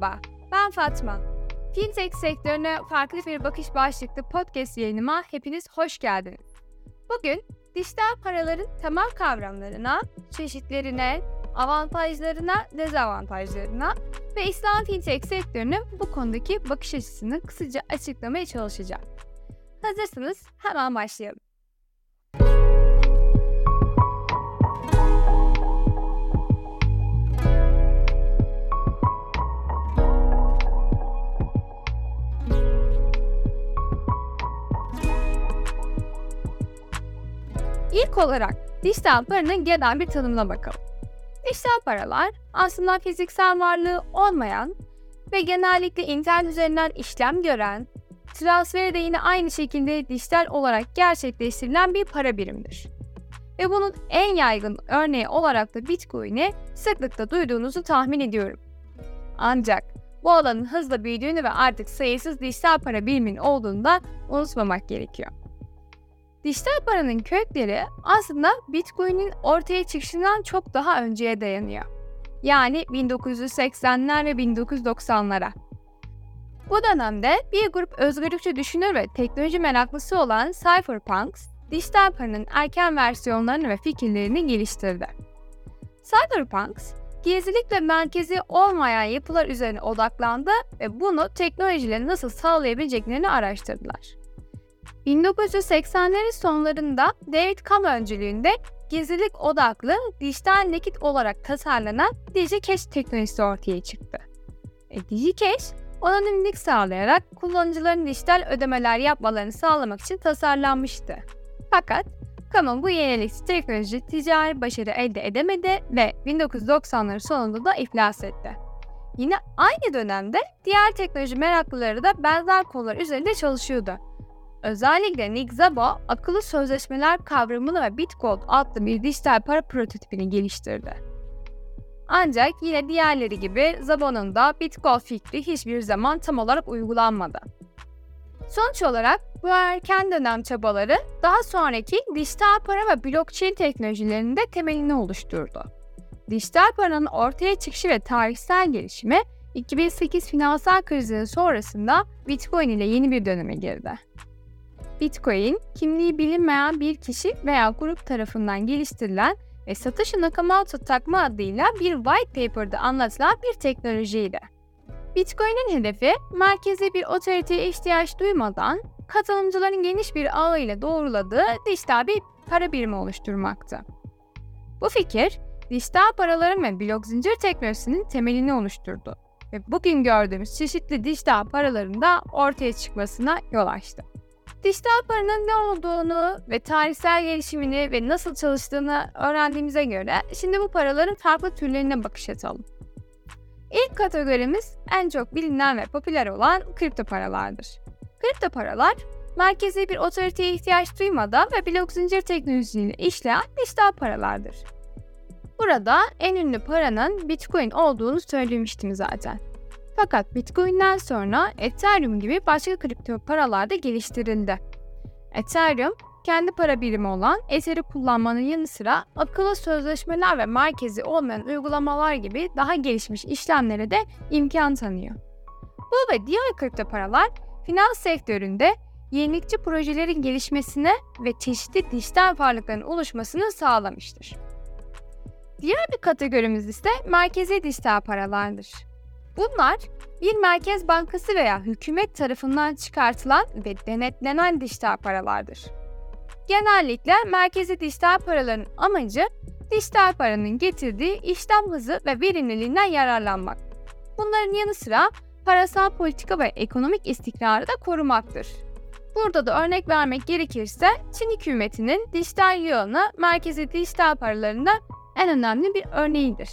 Merhaba, ben Fatma. Fintech sektörüne farklı bir bakış başlıklı podcast yayınıma hepiniz hoş geldiniz. Bugün dijital paraların temel kavramlarına, çeşitlerine, avantajlarına, dezavantajlarına ve İslam Fintech sektörünün bu konudaki bakış açısını kısaca açıklamaya çalışacağım. Hazırsanız hemen başlayalım. İlk olarak dijital paranın genel bir tanımına bakalım. Dijital paralar aslında fiziksel varlığı olmayan ve genellikle internet üzerinden işlem gören, transferi de yine aynı şekilde dijital olarak gerçekleştirilen bir para birimidir. Ve bunun en yaygın örneği olarak da Bitcoin'i sıklıkla duyduğunuzu tahmin ediyorum. Ancak bu alanın hızla büyüdüğünü ve artık sayısız dijital para biriminin olduğunu da unutmamak gerekiyor. Dijital paranın kökleri aslında Bitcoin'in ortaya çıkışından çok daha önceye dayanıyor. Yani 1980'ler ve 1990'lara. Bu dönemde bir grup özgürlükçü düşünür ve teknoloji meraklısı olan cypherpunks, dijital paranın erken versiyonlarını ve fikirlerini geliştirdi. Cypherpunks, gizlilik ve merkezi olmayan yapılar üzerine odaklandı ve bunu teknolojiyle nasıl sağlayabileceklerini araştırdılar. 1980'lerin sonlarında David Kamm öncülüğünde gizlilik odaklı dijital nakit olarak tasarlanan DigiCash teknolojisi ortaya çıktı. DigiCash, anonimlik sağlayarak kullanıcıların dijital ödemeler yapmalarını sağlamak için tasarlanmıştı. Fakat Kamm'ın bu yenilikçi teknoloji ticari başarı elde edemedi ve 1990'ların sonunda da iflas etti. Yine aynı dönemde diğer teknoloji meraklıları da benzer konular üzerinde çalışıyordu. Özellikle Nick Szabo, akıllı sözleşmeler kavramını ve Bitgold adlı bir dijital para prototipini geliştirdi. Ancak yine diğerleri gibi Szabo'nun da Bitgold fikri hiçbir zaman tam olarak uygulanmadı. Sonuç olarak bu erken dönem çabaları daha sonraki dijital para ve blockchain teknolojilerinin de temelini oluşturdu. Dijital paranın ortaya çıkışı ve tarihsel gelişimi 2008 finansal krizinin sonrasında Bitcoin ile yeni bir döneme girdi. Bitcoin, kimliği bilinmeyen bir kişi veya grup tarafından geliştirilen ve Satoshi Nakamoto takma adıyla bir white paper'da anlatılan bir teknolojiydi. Bitcoin'in hedefi, merkezi bir otoriteye ihtiyaç duymadan katılımcıların geniş bir ağıyla doğruladığı dijital bir para birimi oluşturmaktı. Bu fikir, dijital paraların ve blok zincir teknolojisinin temelini oluşturdu ve bugün gördüğümüz çeşitli dijital paraların da ortaya çıkmasına yol açtı. Dijital paranın ne olduğunu ve tarihsel gelişimini ve nasıl çalıştığını öğrendiğimize göre şimdi bu paraların farklı türlerine bakış atalım. İlk kategorimiz en çok bilinen ve popüler olan kripto paralardır. Kripto paralar, merkezi bir otoriteye ihtiyaç duymadan ve blok zincir teknolojisiyle işleyen dijital paralardır. Burada en ünlü paranın Bitcoin olduğunu söylemiştim zaten. Fakat Bitcoin'den sonra Ethereum gibi başka kripto paralar da geliştirildi. Ethereum, kendi para birimi olan Ether'i kullanmanın yanı sıra akıllı sözleşmeler ve merkezi olmayan uygulamalar gibi daha gelişmiş işlemlere de imkan tanıyor. Bu ve diğer kripto paralar finans sektöründe yenilikçi projelerin gelişmesine ve çeşitli dijital varlıkların oluşmasını sağlamıştır. Diğer bir kategorimiz ise merkezi dijital paralardır. Bunlar bir merkez bankası veya hükümet tarafından çıkartılan ve denetlenen dijital paralardır. Genellikle merkezi dijital paraların amacı dijital paranın getirdiği işlem hızı ve verimliliğinden yararlanmak. Bunların yanı sıra parasal politika ve ekonomik istikrarı da korumaktır. Burada da örnek vermek gerekirse Çin hükümetinin dijital yuanı merkezi dijital paralarında en önemli bir örneğidir.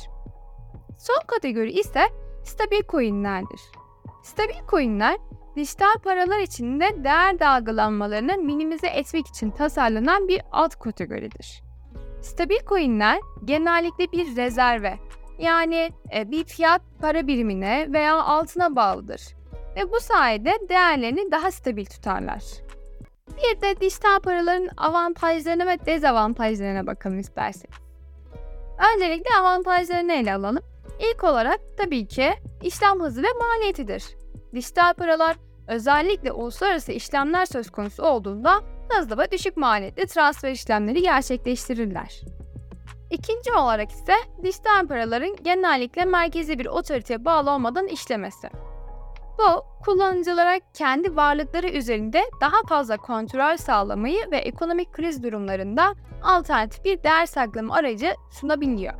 Son kategori ise stabil coinlerdir. Stabil coinler, dijital paralar içinde değer dalgalanmalarını minimize etmek için tasarlanan bir alt kategoridir. Stabil coinler genellikle bir rezerve, yani bir fiyat para birimine veya altına bağlıdır ve bu sayede değerlerini daha stabil tutarlar. Bir de dijital paraların avantajlarına ve dezavantajlarına bakalım isterseniz. Öncelikle avantajlarını ele alalım. İlk olarak tabii ki işlem hızı ve maliyetidir. Dijital paralar özellikle uluslararası işlemler söz konusu olduğunda hızlı ve düşük maliyetli transfer işlemleri gerçekleştirirler. İkinci olarak ise dijital paraların genellikle merkezi bir otoriteye bağlı olmadan işlemesi. Bu, kullanıcılara kendi varlıkları üzerinde daha fazla kontrol sağlamayı ve ekonomik kriz durumlarında alternatif bir değer saklama aracı sunabiliyor.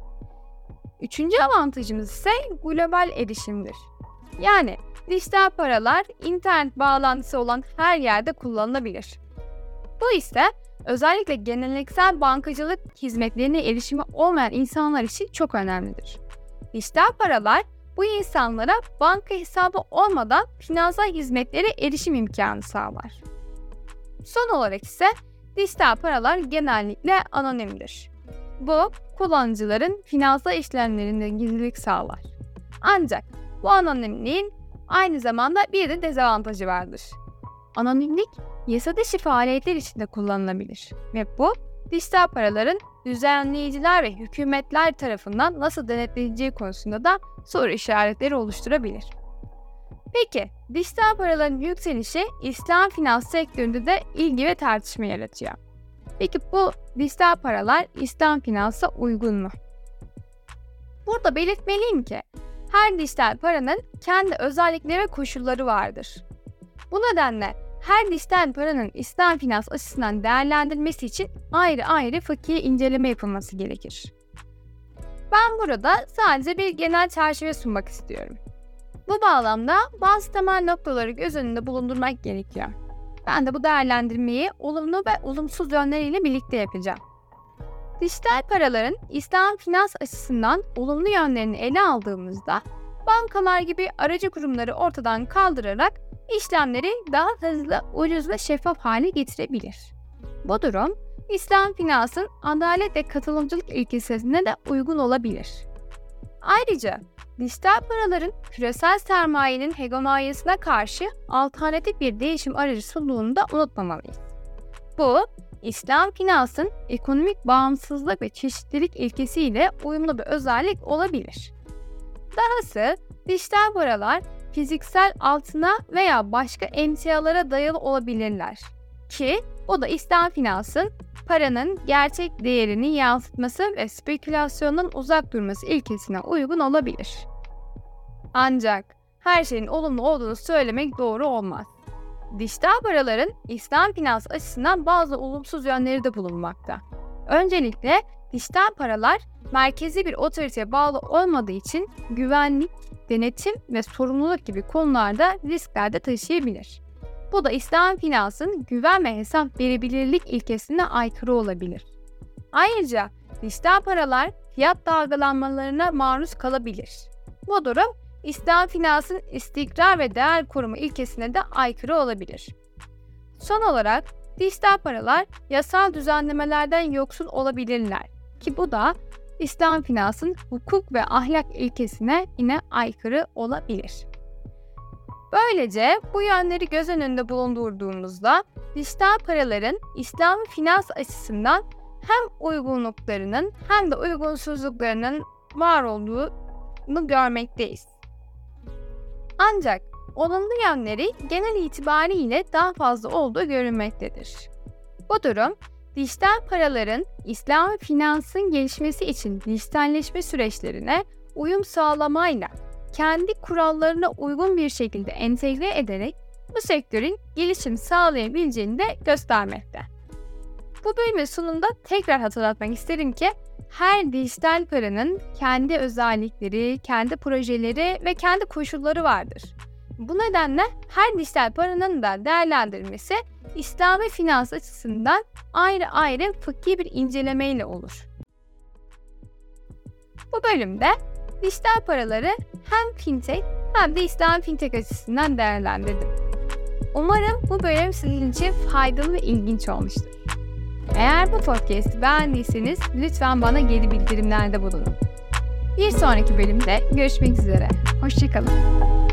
Üçüncü avantajımız ise global erişimdir. Yani dijital paralar internet bağlantısı olan her yerde kullanılabilir. Bu ise özellikle geleneksel bankacılık hizmetlerine erişimi olmayan insanlar için çok önemlidir. Dijital paralar bu insanlara banka hesabı olmadan finansal hizmetlere erişim imkanı sağlar. Son olarak ise dijital paralar genellikle anonimdir. Bu, kullanıcıların finansal işlemlerinde gizlilik sağlar. Ancak bu anonimliğin aynı zamanda bir de dezavantajı vardır. Anonimlik, yasa dışı faaliyetler için de kullanılabilir ve bu, dijital paraların düzenleyiciler ve hükümetler tarafından nasıl denetleneceği konusunda da soru işaretleri oluşturabilir. Peki, dijital paraların yükselişi İslam finans sektöründe de ilgi ve tartışma yaratıyor. Peki bu dijital paralar İslam finansa uygun mu? Burada belirtmeliyim ki her dijital paranın kendi özellikleri ve koşulları vardır. Bu nedenle her dijital paranın İslam finans açısından değerlendirilmesi için ayrı ayrı fıkhi inceleme yapılması gerekir. Ben burada sadece bir genel çerçeve sunmak istiyorum. Bu bağlamda bazı temel noktaları göz önünde bulundurmak gerekiyor. Ben de bu değerlendirmeyi olumlu ve olumsuz yönleriyle birlikte yapacağım. Dijital paraların İslam finans açısından olumlu yönlerini ele aldığımızda bankalar gibi aracı kurumları ortadan kaldırarak işlemleri daha hızlı, ucuz ve şeffaf hale getirebilir. Bu durum İslam finansın adalet ve katılımcılık ilkesine de uygun olabilir. Ayrıca dijital paraların küresel sermayenin hegemonyasına karşı alternatif bir değişim aracı sunduğunu da unutmamalıyız. Bu, İslam finansın ekonomik bağımsızlık ve çeşitlilik ilkesiyle uyumlu bir özellik olabilir. Dahası dijital paralar fiziksel altına veya başka emtialara dayalı olabilirler ki o da İslam finansın paranın gerçek değerini yansıtması ve spekülasyondan uzak durması ilkesine uygun olabilir. Ancak her şeyin olumlu olduğunu söylemek doğru olmaz. Dijital paraların İslam finans açısından bazı olumsuz yönleri de bulunmakta. Öncelikle dijital paralar merkezi bir otoriteye bağlı olmadığı için güvenlik, denetim ve sorumluluk gibi konularda riskler de taşıyabilir. Bu da İslam finansın güven ve hesap verebilirlik ilkesine aykırı olabilir. Ayrıca dijital paralar fiyat dalgalanmalarına maruz kalabilir. Bu durum İslam finansın istikrar ve değer korumu ilkesine de aykırı olabilir. Son olarak dijital paralar yasal düzenlemelerden yoksun olabilirler ki bu da İslam finansın hukuk ve ahlak ilkesine yine aykırı olabilir. Böylece bu yönleri göz önünde bulundurduğumuzda dijital paraların İslam finans açısından hem uygunluklarının hem de uygunsuzluklarının var olduğunu görmekteyiz. Ancak olumlu yönleri genel itibariyle daha fazla olduğu görülmektedir. Bu durum, dijital paraların İslam finansın gelişmesi için dijitalleşme süreçlerine uyum sağlamayla kendi kurallarına uygun bir şekilde entegre ederek bu sektörün gelişim sağlayabileceğini de göstermekte. Bu bölümün sonunda tekrar hatırlatmak isterim ki her dijital paranın kendi özellikleri, kendi projeleri ve kendi koşulları vardır. Bu nedenle her dijital paranın da değerlendirilmesi İslami finans açısından ayrı ayrı fıkhi bir incelemeyle olur. Bu bölümde dijital paraları hem fintech hem de İslam fintech açısından değerlendirdim. Umarım bu bölüm sizin için faydalı ve ilginç olmuştur. Eğer bu podcast'i beğendiyseniz lütfen bana geri bildirimlerde bulunun. Bir sonraki bölümde görüşmek üzere. Hoşça kalın.